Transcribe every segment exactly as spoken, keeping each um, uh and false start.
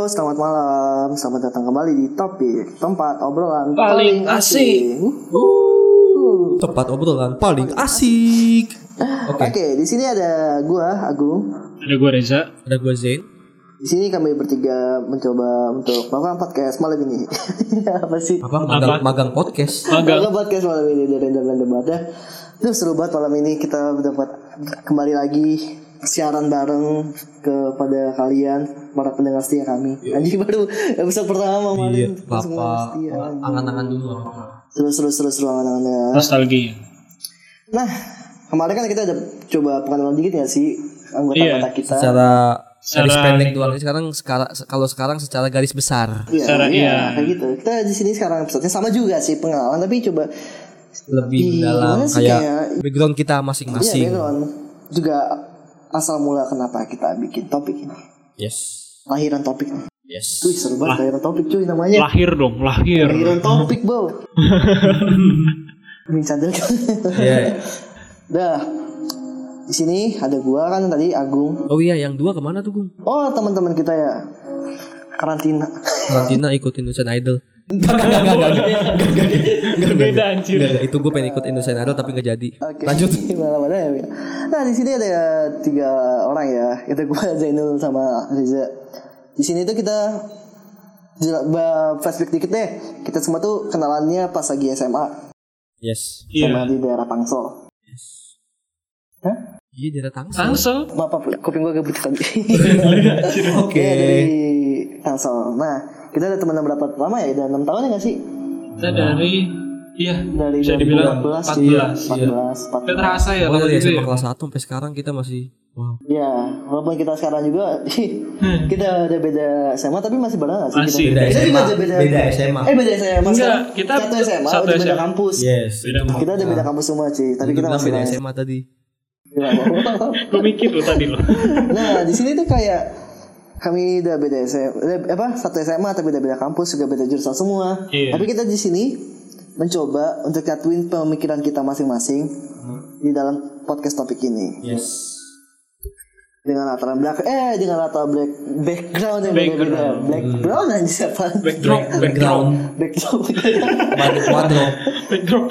selamat malam. Selamat datang kembali di Topik, tempat obrolan paling, paling asik. Uh. Tempat obrolan paling asik. Oke, okay. okay, di sini ada gua Agung, ada gua Reza, ada gua Zain. Di sini kami bertiga mencoba untuk melakukan podcast malam ini. Apa sih? Apa? Magang, magang podcast. Magang. magang podcast malam ini dari dan debat ya. Itu seru banget malam ini, kita dapat kembali lagi siaran bareng kepada kalian para pendengar setia kami. Yeah. Anjing baru episode pertama kemarin. Iya, Bapak angan-angan dulu. Seru-seru-seru angan-angan. Nostalgia. Nah, kemarin kan kita udah coba pengenalan dikit ya sih anggota-anggota iya, kita. Secara garis pendek doang. Sekarang sekarang kalau sekarang secara garis besar. Iya, secara iya, iya. Kayak gitu. Kita di sini sekarang episode-nya sama juga sih pengenalan, tapi coba lebih dalam kayak, kayak background kita masing-masing. Iya, background juga asal mula kenapa kita bikin topik ini. Yes. Lahiran topik nih. Yes. Wih, seru banget lahiran topik cuy namanya. Lahir dong, lahir. Lahiran topik, Bro. Ini sadar. Iya. Dah. Di sini ada gua kan tadi Agung. Oh iya, yang dua kemana tuh, Gung? Oh, teman-teman kita ya. Karantina. Karantina ikut Indonesian Idol. Enggak, enggak, enggak, enggak. Beda anjir. Itu gue pengen ikut Indonesian Idol tapi enggak jadi. Okay. Lanjut. ya. Nah, di sini ada tiga orang ya. Itu gue Zainul sama Reza. Di sini tuh kita flashback dikit deh. Kita semua tuh kenalannya pas lagi S M A. Yes. Sama yeah. di daerah Tangsel. Yes. Hah? Iya, daerah Tangsel. Tangsel. Maaf, kuping gue gabut tadi. Oke. Dari Tangsel. Nah, kita ada teman berapa lama ya? Udah enam tahun ya nggak sih? Kita dari iya dari bisa dibilang empat belas. empat belas. Udah terasa ya kalau dari S M A ya? kelas satu sampai sekarang kita masih wow. Iya, walaupun kita sekarang juga kita udah beda S M A tapi masih bareng nggak sih? Masih. Kita, Beda kita S M A. juga udah beda, beda S M A. Eh beda S M A. Enggak, kita satu S M A, satu udah S M A. beda kampus. Yes. Beda Kita udah beda kampus semua cuy, tapi kita masih beda S M A tadi. Gue mikir lo tadi lo. Nah, di sini tuh kayak kami udah beda S M A, apa satu S M A tapi udah beda kampus, juga beda jurusan semua. Iya. Tapi kita di sini mencoba untuk nyatuin pemikiran kita masing-masing hmm. di dalam podcast topik ini. Yes. Dengan latar belakang eh dengan latar black background yang berbeda. Background aja siapa? Backdrop, background, backdrop. wardrobe. Backdrop.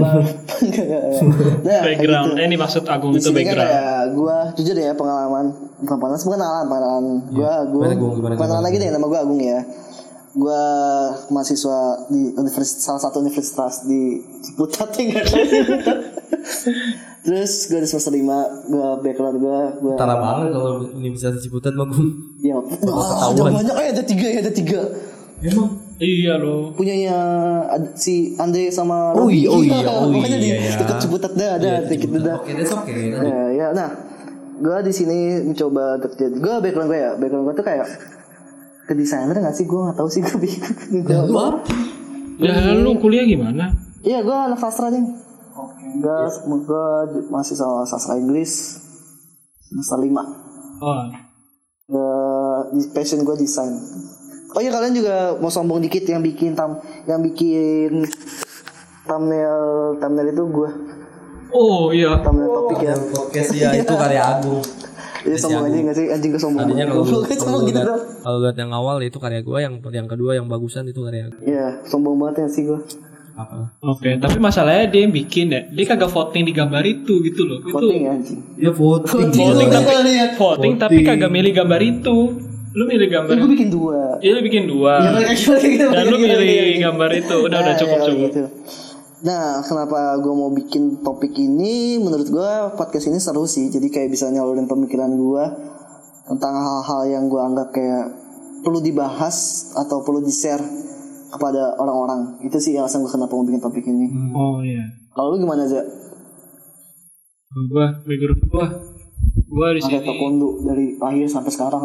Nah, background. gitu. Eh, ini maksud Agung di itu background. Kan ya, gua jujur ya pengalaman, bukan pengalaman, pengalaman, pengalaman. Gua, gua, pengalaman lagi deh, nama gua Agung ya. Gua mahasiswa di universitas, salah satu universitas di Ciputat enggak tahu. Terus gue di semester lima, gue background gue gue Tara banget kalau Universitas Ciputat mah gue. Ya, oh, ada banyak eh ada tiga ya ada tiga. Emang? Iya loh. Punyanya si Andre sama Oh iya, oh iya, oh pokoknya di iya. dekat Ciputat dah ada dikit dah. Oke, that's okay. Ya, ya, nah, gue di sini mencoba untuk jadi gue background gue ya, background gue tuh kayak ke desainer nggak sih, gue nggak tahu sih gue bingung. Ya lu apa? Ya lu kuliah gimana? Iya, gue anak sastra nih. Gue gue masih sama sastra Inggris semester lima. Oh. Uh, passion gue desain. Oh iya, kalian juga mau sombong dikit yang bikin tam yang bikin thumbnail thumbnail itu gue. Oh iya. Thumbnail topik ya. Podcast ya itu karya Agung. Iya, sombong aja nggak sih, anjing gue sombong. Tadinya kalau gue sombong gitu dong. Kalau lihat yang awal itu karya gue, yang yang kedua yang bagusan itu karya gue. Iya, sombong banget ya sih gue. Apa? Oke, tapi masalahnya dia yang bikin ya. Dia kagak voting di gambar itu gitu loh. Voting ya anjing. Ya voting. Voting tapi lihat voting tapi kagak milih gambar itu. Lu milih gambar. Gue bikin dua. Iya, lu bikin dua. Dan lu milih gambar itu. Udah udah cukup cukup. Nah, kenapa gue mau bikin topik ini? Menurut gue podcast ini seru sih. Jadi kayak bisa nyalurin pemikiran gue tentang hal-hal yang gue anggap kayak perlu dibahas atau perlu di-share kepada orang-orang. Itu sih alasan gue kenapa mau bikin topik ini. Oh iya. Kalau lu gimana aja? Gue, background gue, gue di sini. Ada taekwondo dari lahir sampai sekarang.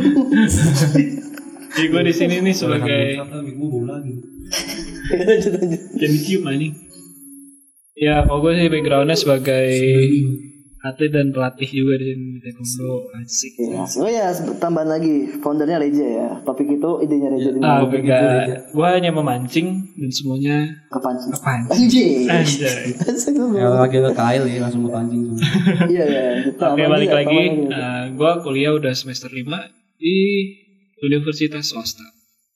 Jadi gue di sini nih sebagai. Jadi cium aja. Ya, kalau gue sih backgroundnya sebagai atlet dan pelatih juga di sini taekwondo. Asik. Ya, oh ya, tambahan lagi, foundernya Reja ya. Topik itu idenya Reja di Ah, mana? enggak. Gue hanya memancing dan semuanya Kepancing. kepancing. Anjay. Anjay. Ya lagi ke Kail ya langsung kepancing. Iya ya. Oke, balik lagi. Uh, gue kuliah udah semester lima di universitas swasta.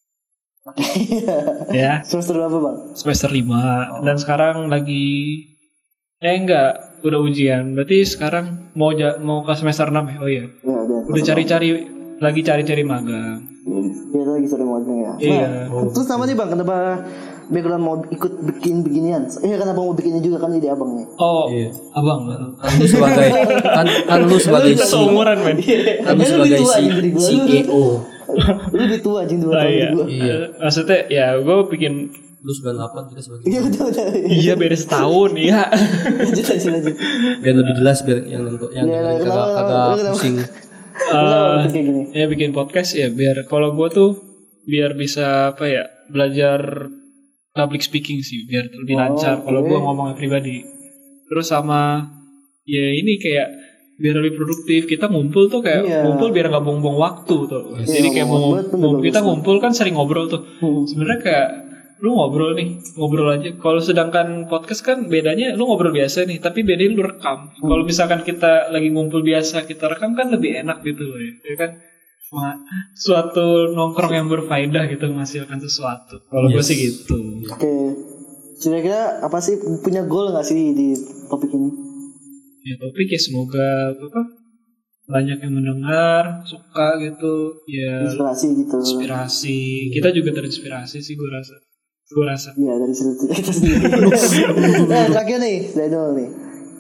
Ya, Semester berapa bang? semester lima dan sekarang lagi eh enggak, udah ujian. Berarti sekarang mau ja, mau ke semester enam ya? Oh iya. Ya, udah. Udah cari-cari lagi cari-cari magang. Dia lagi sering magang ya. Iya. Nah, terus nama nih bang, kenapa background mau ikut bikin beginian? Eh kenapa mau bikinnya juga kan ide abang nih? Oh, Iya. abang. Kan lu sebagai kan, kan lu sebagai Kita C, seumuran men. kan lu Lu sebagai lebih tua, C, anjing, dari gua. C E O. Lu lebih tua anjing dua Ah, tahun iya. dari gua. Iya. Eh, Maksudnya ya gue bikin Lu sembilan puluh delapan kita sebagai. Iya betul betul. iya beda setahun ya. Lanjut lanjut lanjut. Biar lebih jelas biar yang nonton yang Iya, dengerin kenapa- kagak kagak kenapa? pusing. Kenapa Eh, bikin kayak gini? ya bikin podcast ya biar kalau gue tuh biar bisa apa ya belajar public speaking sih biar lebih Oh, lancar kalau oke. gue ngomongnya pribadi. Terus sama ya ini kayak biar lebih produktif kita ngumpul tuh kayak Iya. ngumpul biar nggak buang-buang waktu tuh. Iya, Jadi kayak mau ngomong betul, mau- bagus kita tuh. ngumpul kan sering ngobrol tuh. Hmm. Sebenarnya kayak lu ngobrol nih ngobrol aja. Kalau sedangkan podcast kan bedanya lu ngobrol biasa nih tapi bedanya lu rekam. Hmm. Kalau misalkan kita lagi ngumpul biasa kita rekam kan lebih enak gitu loh ya, ya kan. Ma- suatu nongkrong yang berfaedah gitu menghasilkan sesuatu. Kalau gue Yes. sih gitu. Oke. Kira-kira apa sih punya goal nggak sih di topik ini? Ya topik ya semoga apa banyak yang mendengar suka gitu ya Inspirasi gitu. inspirasi. Kita juga terinspirasi sih gue rasa. Gue rasa. Iya dari situ kita sendiri. Nah terakhir nih dari dulu nih.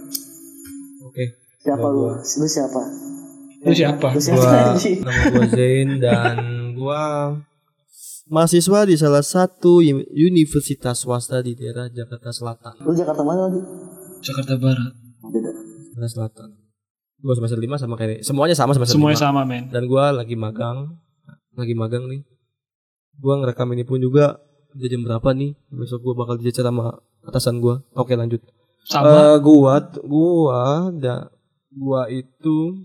Oke. Siapa lu? Gua- Lu siapa? Lu siapa? Lu siapa? Gua anjing? nama gua Zain dan gua mahasiswa di salah satu uni- universitas swasta di daerah Jakarta Selatan. Lu Jakarta mana lagi? Jakarta Barat. Beda. Jakarta Selatan. Gua semester lima sama kayak semuanya sama semester Semuanya lima. sama men. Dan gua lagi magang. Lagi magang nih. Gua ngerekam ini pun juga udah jam berapa nih? Besok gua bakal dicecer sama atasan gua. Oke, lanjut. Sama. Eh, gua gua da, gua itu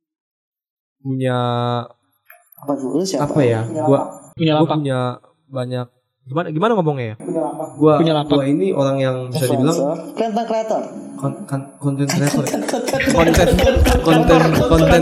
punya Apa tuh? Lu siapa? apa ya? Gua Punya gua lapak. punya banyak gimana gimana ngomongnya ya? Gua Punya lapak. gua ini orang yang bisa dibilang Influencer. Content creator. kon- kon- konten kreator. ya? Konten konten konten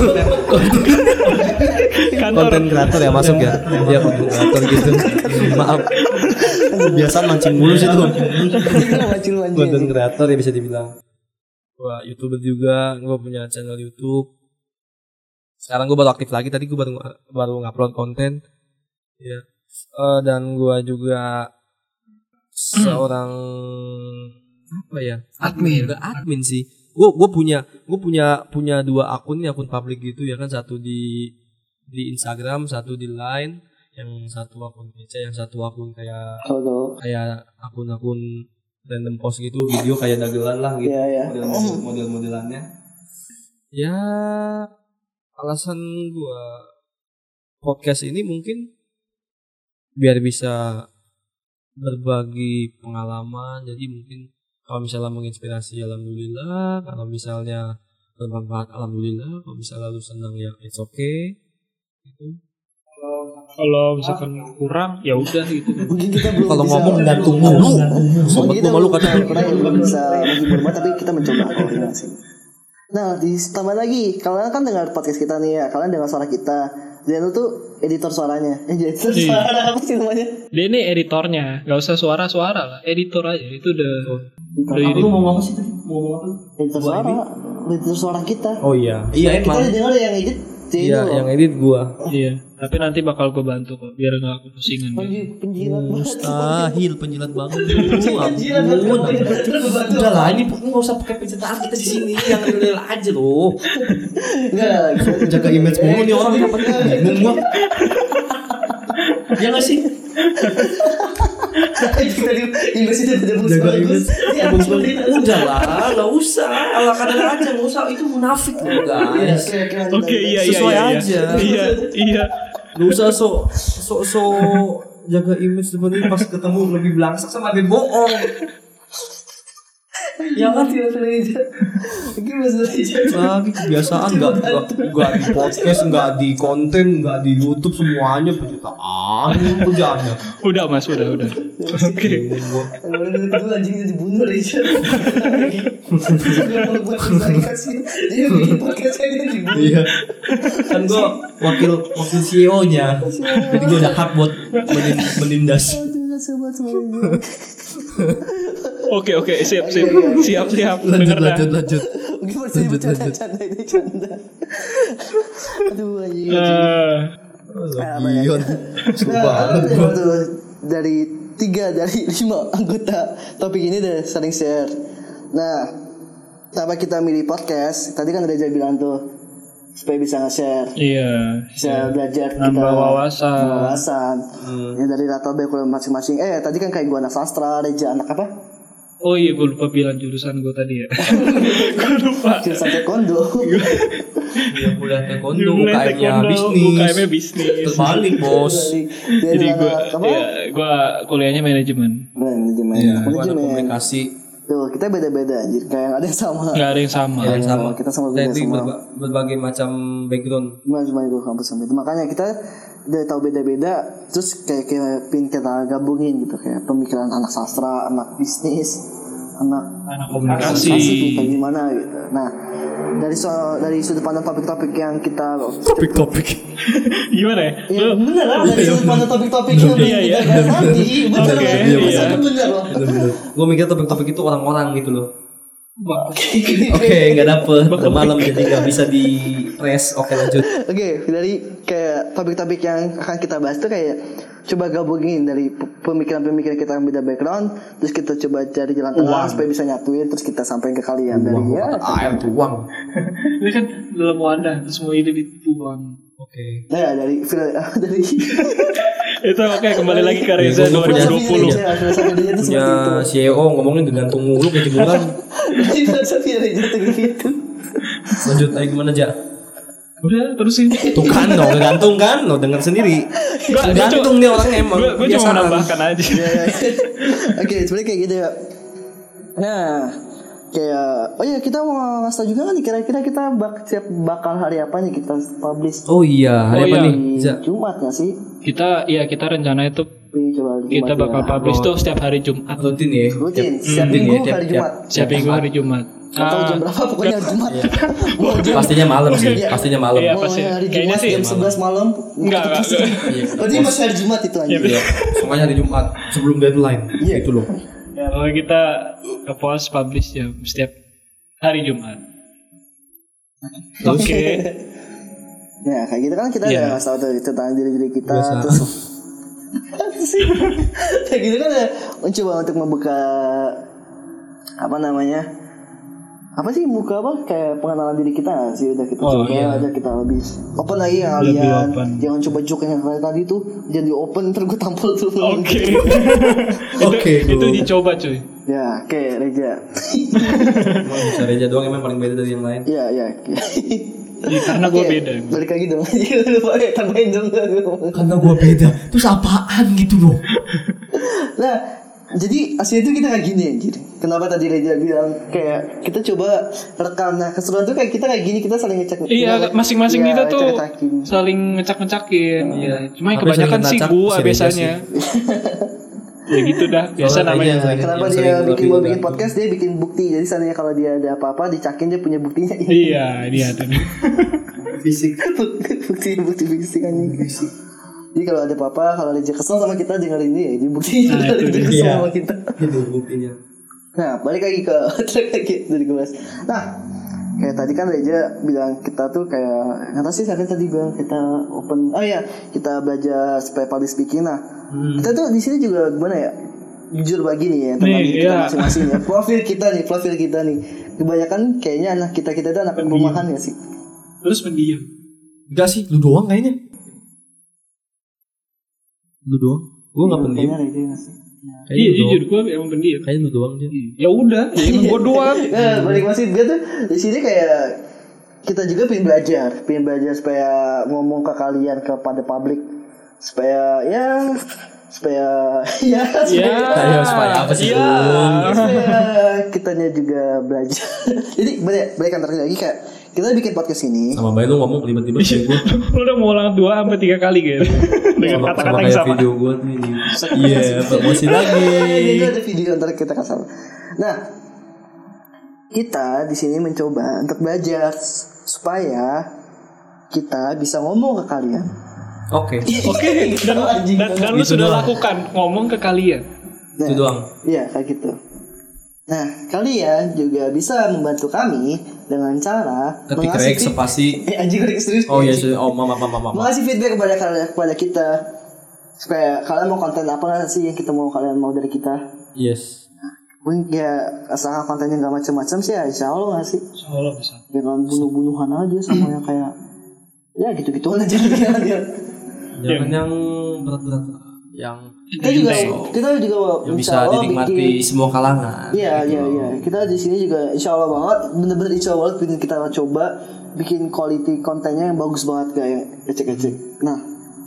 konten kreator ya masuk ya. Dia konten kreator gitu. Maaf. Biasa mancing mulu sih tuh. Mancing-mancing. Konten kreator ya bisa dibilang. Gua YouTuber juga, gua punya channel YouTube. Sekarang gue baru aktif lagi. Tadi gue baru baru ngupload konten, ya. Eh, dan gue juga seorang apa ya? Admin. Enggak admin sih. Gue gue punya gue punya punya dua akun nih, akun publik gitu ya kan. Satu di di Instagram, satu di Line. Yang satu akun kece, yang satu akun kayak Kalau kayak akun-akun random post gitu, video kayak dagelan lah gitu. Iya, iya. Model- model-modelannya. Ya alasan gua podcast ini mungkin biar bisa berbagi pengalaman. Jadi mungkin kalau misalnya menginspirasi alhamdulillah, kalau misalnya bermanfaat alhamdulillah, kalau misalnya lu senang ya it's okay gitu. Kalau misalkan kurang ya udah gitu. mungkin kita belum Kalau bisa- ngomong gantung mulu. Sobat Mungkin kita gua malu belum- kadang. kurang ya, belum bisa menghibur banget, tapi kita mencoba kok ya sih. Nah, ditambah lagi, kalian kan dengar podcast kita nih ya, kalian dengar suara kita. Dan lu tuh editor suaranya. Eh, editor Iya. suara apa sih namanya? Dia ini editornya, nggak usah suara-suara lah, editor aja itu udah. udah Editor, ini. mau ngomong apa sih tadi? Mau ngomong apa? editor suara, editor suara kita. Oh iya. Iya Kita emang. dengar yang edit, dia Iya, itu yang edit gua. Iya, tapi nanti bakal gue bantu kok, biar nggak aku pusingan. Penji- penjilat banget. Mustahil penjilat banget. Penjilat Ampun. banget. Udah lah, ini nggak usah pakai pencitraan kita di sini, yang real aja loh. Enggak, Jaga image mulu nih orang dapat bingung gua. Ya nggak sih? Tadi image itu udah bagus. Jaga image. Iya, Udah lah, nggak usah. Ala kadang aja nggak usah. Itu munafik loh guys. Oke, iya iya Sesuai iya. aja. Iya iya. Gak usah so so so jaga image sebenarnya pas ketemu lebih belangsak sama dia bohong. Ya kan Tidak Reja. Gimana Reja? lagi kebiasaan nggak nggak nggak di podcast, nggak di konten, nggak di YouTube, semuanya pencitraan kerjaannya. Udah mas, udah udah. Oke. Kalau itu anjingnya dibunuh Reja. Dia mau buat kasih. Dia bikin podcast aja dibunuh. Iya. Kan gue wakil wakil C E O-nya, jadi gue udah hak buat menin- menindas. Aduh, sobat semuanya. Oke oke siap siap siap siap. Lanjut Denger dah. lanjut lanjut. Gimana sih bercanda-canda ini canda. Aduh anjing. Eh, Gion. Sumpah. Nah, tuh, dari tiga dari lima anggota topik ini udah saling share. Nah, kenapa kita milih podcast? Tadi kan Reja bilang tuh supaya bisa nge-share, Iya. bisa belajar kita Nambah wawasan. wawasan. Hmm. Ya dari latar belakang masing-masing. Eh tadi kan kayak gue anak sastra, Reja anak apa? Oh iya, gue lupa bilang jurusan gue tadi ya. Gue lupa. Jurusan taekwondo. Dia kuliah taekwondo, Mulai U K M-nya taekwondo, bisnis. U K M-nya bisnis. Terbalik bos. Dia Jadi adalah gue, anak apa? ya, gue kuliahnya manajemen. Manajemen. Iya, gua ada Manajemen. komunikasi. Tuh kita beda-beda anjir. Kayak ada yang sama. Nggak ada yang sama. Yang sama. Kita sama Dan beda itu sama. berba- berbagai macam background. Cuma itu kampus sampai itu. Makanya kita udah tahu beda-beda. Terus kayak kayak pin kita gabungin gitu kayak pemikiran anak sastra, anak bisnis, anak Anak komunikasi komunikasi. kayak gimana gitu. Nah dari soal dari sudut pandang topik-topik yang kita Topik-topik. Gimana ya? ya Lu- bener lah dari sudut pandang topik-topik yang Iya, iya. kita bahas tadi bener Oke, lah iya, Masa iya. bener loh. Gue mikir topik-topik itu orang-orang gitu loh. Oke, nggak dapet. Udah malam jadi nggak bisa di press. Oke lanjut. Oke, dari kayak topik-topik yang akan kita bahas tuh kayak coba gabungin dari p- pemikiran-pemikiran kita yang beda background, terus kita coba cari jalan tengah supaya bisa nyatuin, terus kita sampaikan ke kalian dari ya. Air tuang. Ini kan dalam wadah, terus semua ide dituang. Oke. Nah, ya, dari fil- dari Itu oke, kembali lagi ke Reza Gua dua ribu dua puluh. filosofi Reza, filosofi Reza itu Punya seperti itu. C E O ngomongin digantung mulu kayak jemuran. Jadi filosofi Reza itu gitu. Lanjut ayo gimana aja? Udah terusin. Tuh kan, no, gantung kan, no denger sendiri. Gua- gua Gantung cuma- dia orangnya emang. Gue cuma Kebiasaan. menambahkan aja. Ya, ya. Oke, sebenarnya kayak gitu ya. Nah, kayak oh ya kita mau ngasih tau juga kan nih kira-kira kita bak siap bakal hari apa nih kita publish Oh iya, hari Oh apa iya. nih? di Za? Jumat nggak sih? Kita, iya kita rencana itu Tapi coba di kita Jumat bakal ya. publish tuh setiap hari Jumat. Rutin ya. rutin Tiap- setiap rutin minggu ya, tiap- hari tiap- Jumat. Setiap minggu hari Jumat. Atau jam Ah, berapa pokoknya hari Jumat. Mau jam Pastinya malam sih, Iya. pastinya malam. Iya. mau pasti. hari Kayaknya Jumat sih jam sebelas malam. Enggak, enggak, enggak. Iya. Berarti masih hari Jumat itu anjir. Iya. Semuanya hari Jumat sebelum deadline. Iya. Gitu loh. Ya, kalau kita ke post publish ya setiap hari Jumat. Oke. Ya kayak gitu kan kita Iya. udah ngasih tau tuh tentang diri-diri kita Biasa. terus sih kayak gitu kan ya mencoba untuk membuka apa namanya apa sih buka apa kayak pengenalan diri kita nggak sih udah kita Oh, coba iya. aja kita lebih open lagi ya Lebih kalian open. jangan coba joke yang kayak tadi tuh jadi open ntar gue tampol tuh Oke. Oke, Itu itu bro. dicoba cuy. ya oke Reja Emang bisa Reja doang emang paling beda dari yang lain. ya ya Ya, karena gue Oke, beda. balik lagi dong lupa ya tambahin dong Karena gua beda. Terus apaan gitu loh? Nah, jadi aslinya itu kita kayak gini anjir. Kenapa tadi Reja bilang kayak kita coba rekam. Nah, keseruan tuh kayak kita kayak gini, kita saling ngecek. Iya, masing-masing Iya, kita tuh ngecek-ngecekin. saling ngecak-ngecakin. Iya. Cuma yang Tapi kebanyakan sering sih ngacak gua si Reza biasanya. Ya gitu dah, biasa Soalnya namanya. Reza yang- Kenapa yang dia sering bikin lebih mau bikin bantu. podcast dia bikin bukti. Jadi seandainya kalau dia ada apa-apa dicakin dia punya buktinya. Iya, dia tuh. Fisik. bukti bukti fisik anjing. Jadi kalau ada apa-apa, kalau Reja kesel sama kita dengerin dia, jadi buktinya Nah, itu Reja dia. kesel Iya. sama kita. Itu buktinya. Nah, balik lagi ke track lagi dari kelas. Nah, kayak tadi kan Reja bilang kita tuh kayak nggak tahu sih saya tadi bilang kita open. Oh ya, kita belajar supaya public speaking. Nah, Hmm. kita tuh di sini juga gimana ya? Jujur bagi nih ya tentang Nih, diri kita iya. masing-masing ya. Profil kita nih, profil kita nih. Kebanyakan kayaknya anak kita kita itu anak rumahan ya sih. Terus pendiam. Enggak sih, lu doang kayaknya. Lu doang. Gua enggak pendiam. Kayaknya Reja nggak sih. Kayaknya Iya, lu doang. jujur gua emang pendiam. Kayaknya lu doang dia. Ya udah, ya emang gua doang. Nah, balik masih dia tuh di sini kayak kita juga pengen belajar, pengen belajar supaya ngomong ke kalian kepada publik supaya ya supaya ya supaya, Ya, supaya apa sih? Iya. supaya kitanya juga belajar. Jadi balik balik antar lagi kayak kita bikin podcast ini. Sama bayi lu ngomong ribet-ribet kayak gue. Lu udah ngulang dua sampai tiga kali gitu. Dengan Sama, kata-kata sama yang kayak sama. video gue nih. Iya, promosi lagi. Itu ada video antara kita kasar. Nah, kita di sini mencoba untuk belajar supaya kita bisa ngomong ke kalian. Oke. Oke, dan, dan, dan lu Gitu sudah doang. lakukan ngomong ke kalian. Nah, Itu doang. Iya, kayak gitu. Nah, kalian juga bisa membantu kami dengan cara Ketik mengasih rek feed- spasi. Eh, anjing gue serius. Oh iya, sorry. Oh mama mama mama. Mengasih feedback kepada kalian kepada kita supaya kalian mau konten apa nggak sih yang kita mau kalian mau dari kita. Yes. Mungkin ya asal kontennya nggak macam-macam sih ya insya Allah nggak sih. Insya Allah bisa. Jangan bunuh-bunuhan aja sama yang kayak ya gitu-gituan aja. Jangan Jangan yang berat-berat. Yang kita juga kita juga yang insya bisa Allah dinikmati bikin- semua kalangan. Iya iya iya. Kita di sini juga insya Allah banget bener-bener insya Allah bikin kita coba bikin quality kontennya yang bagus banget gak yang ecek-ecek. Nah,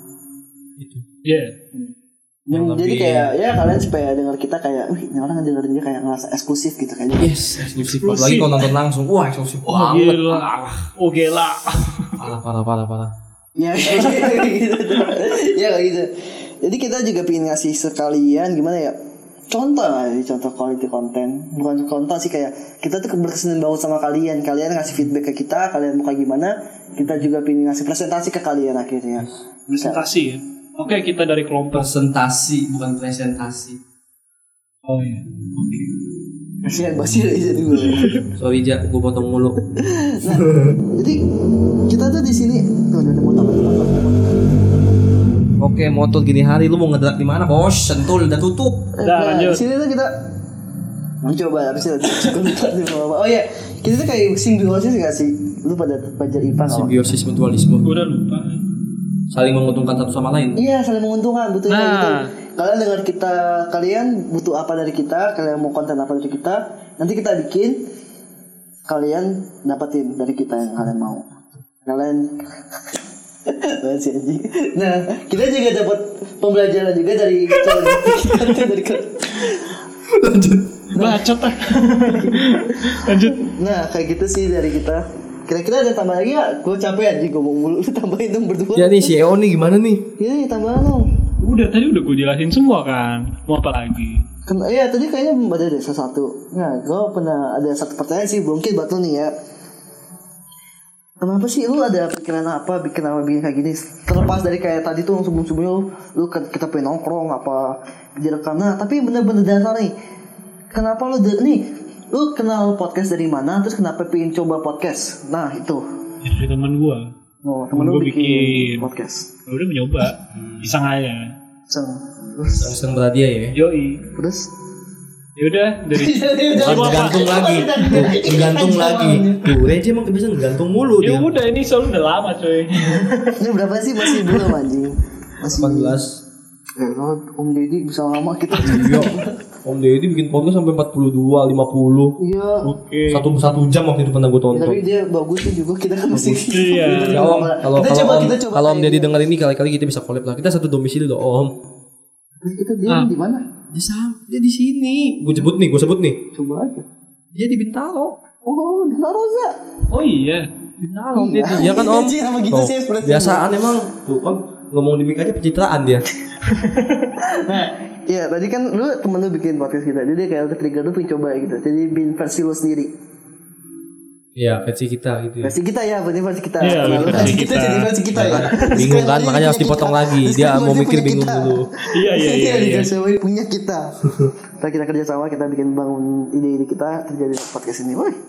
Itu. Iya. Yang jadi lebih- kayak ya kalian supaya dengar kita kayak, wih ini orang dengerin dia kayak ngerasa eksklusif gitu kayaknya. Yes, eksklusif. Lagi kalau nonton langsung, wah eksklusif Oh banget. gila. Oh gila. Parah parah parah parah. Ya kayak gitu. Ya kayak gitu. Jadi kita juga pengen ngasih sekalian gimana ya? Contoh lah, contoh quality konten. Bukan contoh sih kayak kita tuh berkesan banget sama kalian. Kalian ngasih feedback ke kita, kalian mau kayak gimana? Kita juga pengen ngasih presentasi ke kalian akhirnya. Presentasi ya. Oke, kita dari kelompok. Presentasi bukan presentasi. Oh iya. Oke. Kasihan Basir aja dulu. Sorry Ja, gue potong mulu. Nah, jadi kita tuh di sini tuh ada motor, ada motor, ada motor. Oke, motor gini hari lu mau ngedrag di mana, Bos? Sentul udah tutup. Udah, Nah, lanjut. di sini tuh kita mencoba apa sih? Oh iya, kita tuh kayak simbiosis gak sih? Lu pada pelajar I P A nggak? Simbiosis mutualisme. Udah lupa. Saling menguntungkan satu sama lain. Iya, saling menguntungkan, betul Nah. gitu. Kalian dengar kita, kalian butuh apa dari kita? Kalian mau konten apa dari kita? Nanti kita bikin, kalian dapetin dari kita yang kalian mau. Kalian masih anjing. Nah, kita juga dapat pembelajaran juga dari kita dari Lanjut. Bacot ah. Lanjut. Nah, kayak gitu sih dari kita. Kira-kira ada tambah lagi gak? Gue capek aja ngomong mulu. Lu tambahin dong berdua. Ya nih si Eo nih gimana nih? Iya nih tambahan dong. Udah tadi udah gue jelasin semua kan. Mau apa lagi? Ken- Iya tadi kayaknya belum ada deh sesuatu. Nah, gue pernah ada satu pertanyaan sih mungkin buat lu nih ya. Kenapa sih lu ada pikiran apa bikin apa bikin kayak gini? Terlepas dari kayak tadi tuh sebelum-sebelumnya lu, lu ke- kita pengen nongkrong apa direkam. Nah, tapi bener-bener dasar nih. Kenapa lu de- nih? Lu kenal podcast dari mana? Terus kenapa pengen coba podcast? Nah, itu. Dari teman gue. Oh, temen lu Gua bikin, bikin. podcast. Udah mencoba. Iseng aja. Sen. Terus, Langsung berhadiah ya. Yoi. terus Ya udah dari. Bukan gantung lagi. Tuh, gantung lagi. Tuh, Reji emang kebiasaan gantung mulu Ya dia. udah ini soal udah lama coy. ini berapa sih masih belum anjing? Masih empat belas. Ya, kalau Om Deddy bisa lama kita. Iya. Om Deddy bikin podcast sampai empat puluh dua, lima puluh. Iya. Oke. Satu satu jam waktu itu pernah gue Ya, tonton. tapi dia bagus sih juga kita kan masih. Iya. Ya Om, kalau kita kalau coba Om, kita coba. kalau Om kayak Deddy gitu. denger ini kali-kali kita bisa collab lah. Kita satu domisili loh Om. Kita dia Ah. di mana? Dia sama, dia di sini. Gue sebut nih, gue sebut nih. Coba aja. Dia di Bintaro. Oh, di Rosa. Oh iya. Bintaro dia. Iya kan Om? Iya, sama gitu Tuh, sih ekspresinya. biasaan emang. Tuh kan ngomong di mic aja pencitraan dia. Nah, iya tadi kan lu temen lu bikin podcast kita. Jadi kayak ketrigger lu pengen coba gitu. Jadi bikin versi lu sendiri. Iya, versi kita gitu ya. Versi kita ya, berarti versi kita. Iya, Nah, lu versi versi kita. kita jadi versi kita ya. Bingung kan, makanya harus dipotong lagi. Dia mau mikir bingung dulu. Iya iya iya. iya. Iya, punya kita. Kita kita kerja sama, kita bikin bangun ide-ide kita terjadi podcast ini. Woi.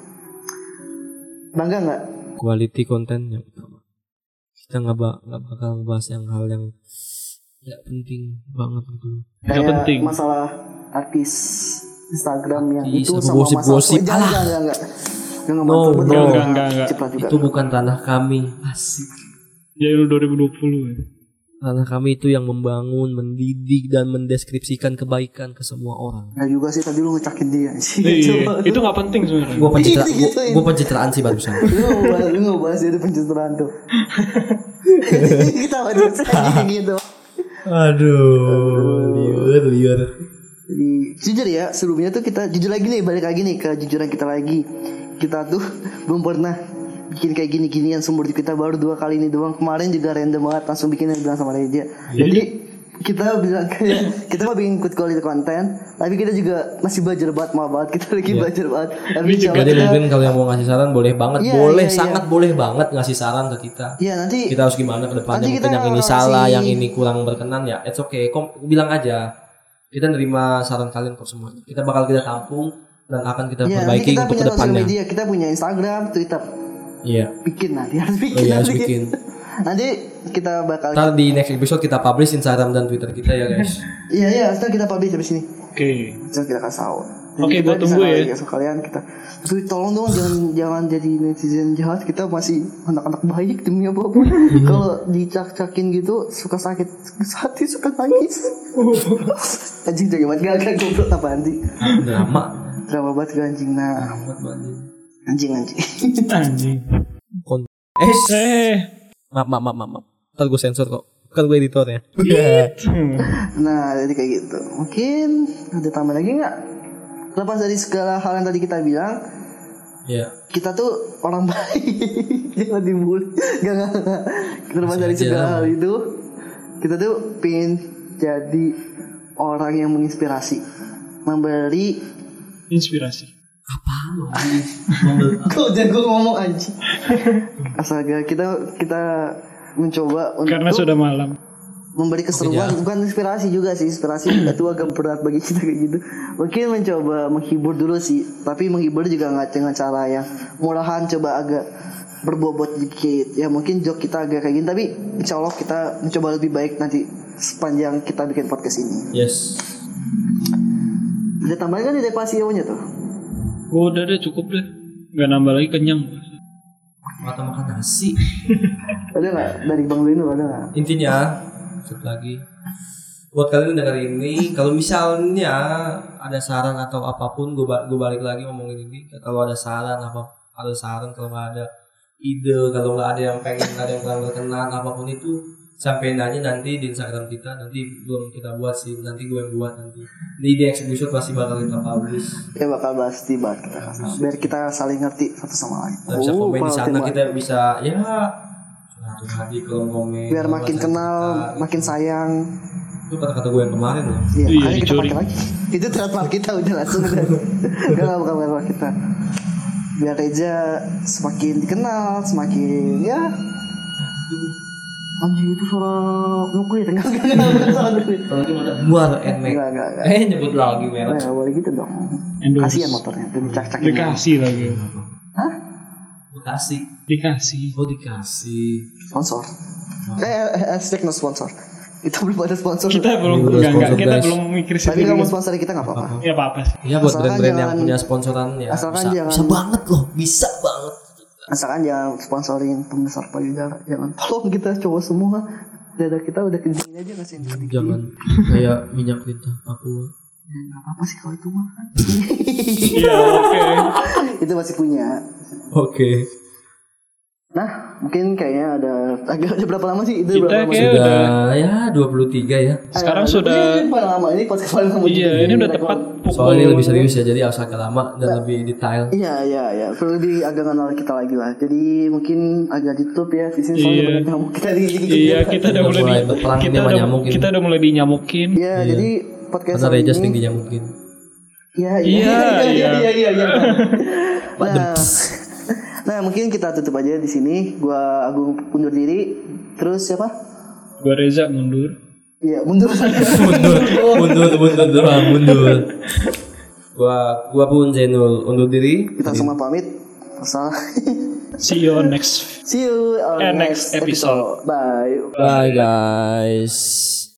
Bangga nggak? Quality konten yang utama. Kita nggak ba- nggak bakal ngebahas yang hal yang nggak penting banget gitu. Nggak Kayak penting. masalah artis Instagram yang Artis, itu apa sama masalah gosip-gosip. jangan Alah. jangan enggak. Jangan No, mantul, no. betul. Enggak, enggak, enggak. Cepat juga. Itu bukan ranah kami. Asik. Jadi dua ribu dua puluh ya. Ranah kami itu yang membangun, mendidik dan mendeskripsikan kebaikan ke semua orang. Nah juga sih tadi lu ngecakin dia sih. Iya, itu nggak penting sebenarnya. Gue pencitra, Gitu, gitu, gue pencitraan sih barusan. Lu nggak bahas, lu nggak bahas itu pencitraan tuh. Kita bahas kayak gitu. Aduh, liur, liur. Jadi jujur ya, sebelumnya tuh kita jujur lagi nih, balik lagi nih ke jujuran kita lagi. Kita tuh belum pernah bikin kayak gini-ginian seumur hidup kita, baru dua kali ini doang. Kemarin juga random banget langsung bikin yang bilang sama Reja. Jadi kita bilang kayak kita mau bikin good quality content, tapi kita juga masih belajar banget, maaf banget kita lagi Iya. belajar banget. Tapi Jadi kita, mungkin kalau yang mau ngasih saran boleh banget, Iya, boleh iya, sangat boleh banget ngasih saran ke kita. ya nanti Kita harus gimana ke depannya, Nanti mungkin kita yang ini kasih- salah, yang ini kurang berkenan ya. It's okay, Kom, bilang aja. Kita nerima saran kalian kok semuanya. Kita bakal kita tampung dan akan kita ya nanti perbaiki kita untuk punya ke sosial depannya. media, kita punya Instagram, Twitter. Iya. Bikin nanti harus Oh bikin. iya, harus nanti. bikin. Nanti kita bakal Ntar di next episode kita publish Instagram dan Twitter kita ya guys. Iya iya, setelah kita publish habis ini. Oke. Terus kita kasih tahu. Oke, gua tunggu ya. Ya kalian kita. Tapi tolong dong jangan jangan jadi netizen jahat. Kita masih anak-anak baik demi apapun. Kalau dicak-cakin gitu suka sakit hati, suka nangis. Anjing jadi banget gak gak goblok apa anjing. Drama. Drama banget gak anjing nah. Amat banget. Anjing anjing. Anjing. Kon- eh, Eh. maaf maaf maaf maaf. Ntar gue sensor kok. Kan gue editornya. Hmm. Nah jadi kayak gitu. Mungkin ada tambah lagi nggak? Lepas dari segala hal yang tadi kita bilang, Iya. kita tuh orang baik. Jangan dibully. Gak gak gak. Terlepas dari Masih aja. segala hal itu, kita tuh pengen jadi orang yang menginspirasi, memberi. Inspirasi. Kau jago ngomong anjing. Astaga, kita kita mencoba untuk Karena sudah malam. memberi keseruan, bukan inspirasi juga sih, inspirasi itu agak berat bagi kita kayak gitu. Mungkin mencoba menghibur dulu sih, tapi menghibur juga nggak dengan cara yang murahan, coba agak berbobot dikit. Ya mungkin joke kita agak kayak gini, tapi insya Allah kita mencoba lebih baik nanti sepanjang kita bikin podcast ini. Yes. Ada tambahan kan di Depasionya tuh? Oh, udah deh, cukup deh. Gak nambah lagi, kenyang. Mata makan nasi. Ada nggak dari Bang Lino, ada nggak? Intinya satu lagi buat kalian yang denger ini, kalau misalnya ada saran atau apapun, gue gue balik lagi ngomongin ini. Kalau ada saran apa, ada saran, kalau nggak ada ide, kalau nggak ada yang pengen, nggak ada yang kurang berkenan, apapun itu sampai nanya nanti di Instagram kita. Nanti belum kita buat sih, nanti gue yang buat nanti di next episode pasti bakal kita publish. Ya bakal bahas di bar kita, biar kita saling ngerti satu sama lain. Kita bisa Oh, komen di paham, sana, tema. kita bisa ya hati kalau komen Biar makin bahasa kenal, kita. makin sayang. Itu kata-kata gue yang kemarin loh. Iya, Iya, ayo kita dicuri. pakai lagi. Itu trademark kita udah langsung udah. Gak gak bukan trademark kita. Biar Reja semakin dikenal, semakin ya. Anjing itu suara nuklir, enggak enggak enggak bukan suara nuklir. Kalau itu ada buar enek. Enggak enggak enggak. Eh nyebut lagi merek. Enggak boleh gitu dong. Endorse. Kasihan motornya, udah dicak-cakin. Dikasih lagi. Hah? Dikasih. Dikasih. Oh dikasih. Sponsor. Eh, eh, hashtag no sponsor. Kita belum ada sponsor. Kita belum, Belum enggak, enggak, sponsor, kita guys. belum mikir situ Tapi kamu dulu. sponsori kita nggak apa-apa. Ya apa-apa sih. Ya buat Asalkan brand-brand yang jangan- punya sponsoran ya. asalkan bisa, jangan- bisa banget loh, bisa banget. Asalkan jangan sponsorin pembesar payudara. Jangan. Tolong kita cowok semua. Dada kita udah kedingin aja ngasih. Jangan kayak minyak lintah Papua. Ya, nggak apa-apa sih kalau itu mah. Iya, oke. Itu masih punya. Oke. Nah, mungkin kayaknya ada agak ada berapa lama sih itu? Kita berapa lama? kayak- Sudah udah. ya dua puluh tiga ya. Sekarang Eh, sudah- ini paling lama ini podcast paling lama. Iya, juga. ini udah tepat pukul. Soalnya ini lebih serius ya, jadi harus agak lama dan lebih detail. Iya, iya, iya. Perlu lebih agak kenal kita lagi lah. Jadi mungkin agak ditutup ya. Di sini soalnya Iya. banyak nyamuk kita di Iya, kita udah Udah mulai mulai di, berperang kita nih sama udah nyamukin. kita udah mulai dinyamukin. Iya, Iya. jadi podcast Karena kali Reja ini- sering dinyamukin. Iya, iya, Iya, iya, iya, iya. iya, iya, iya. Nah, nah, mungkin kita tutup aja di sini. Gua Agung undur diri. Terus siapa? Gua Reza mundur. Iya, mundur saja. mundur, mundur, mundur doang, mundur. Gua, gua pun Zainul undur diri. Kita semua pamit. Salah. See you on next See you on Eh, next next episode. episode. Bye. Bye guys.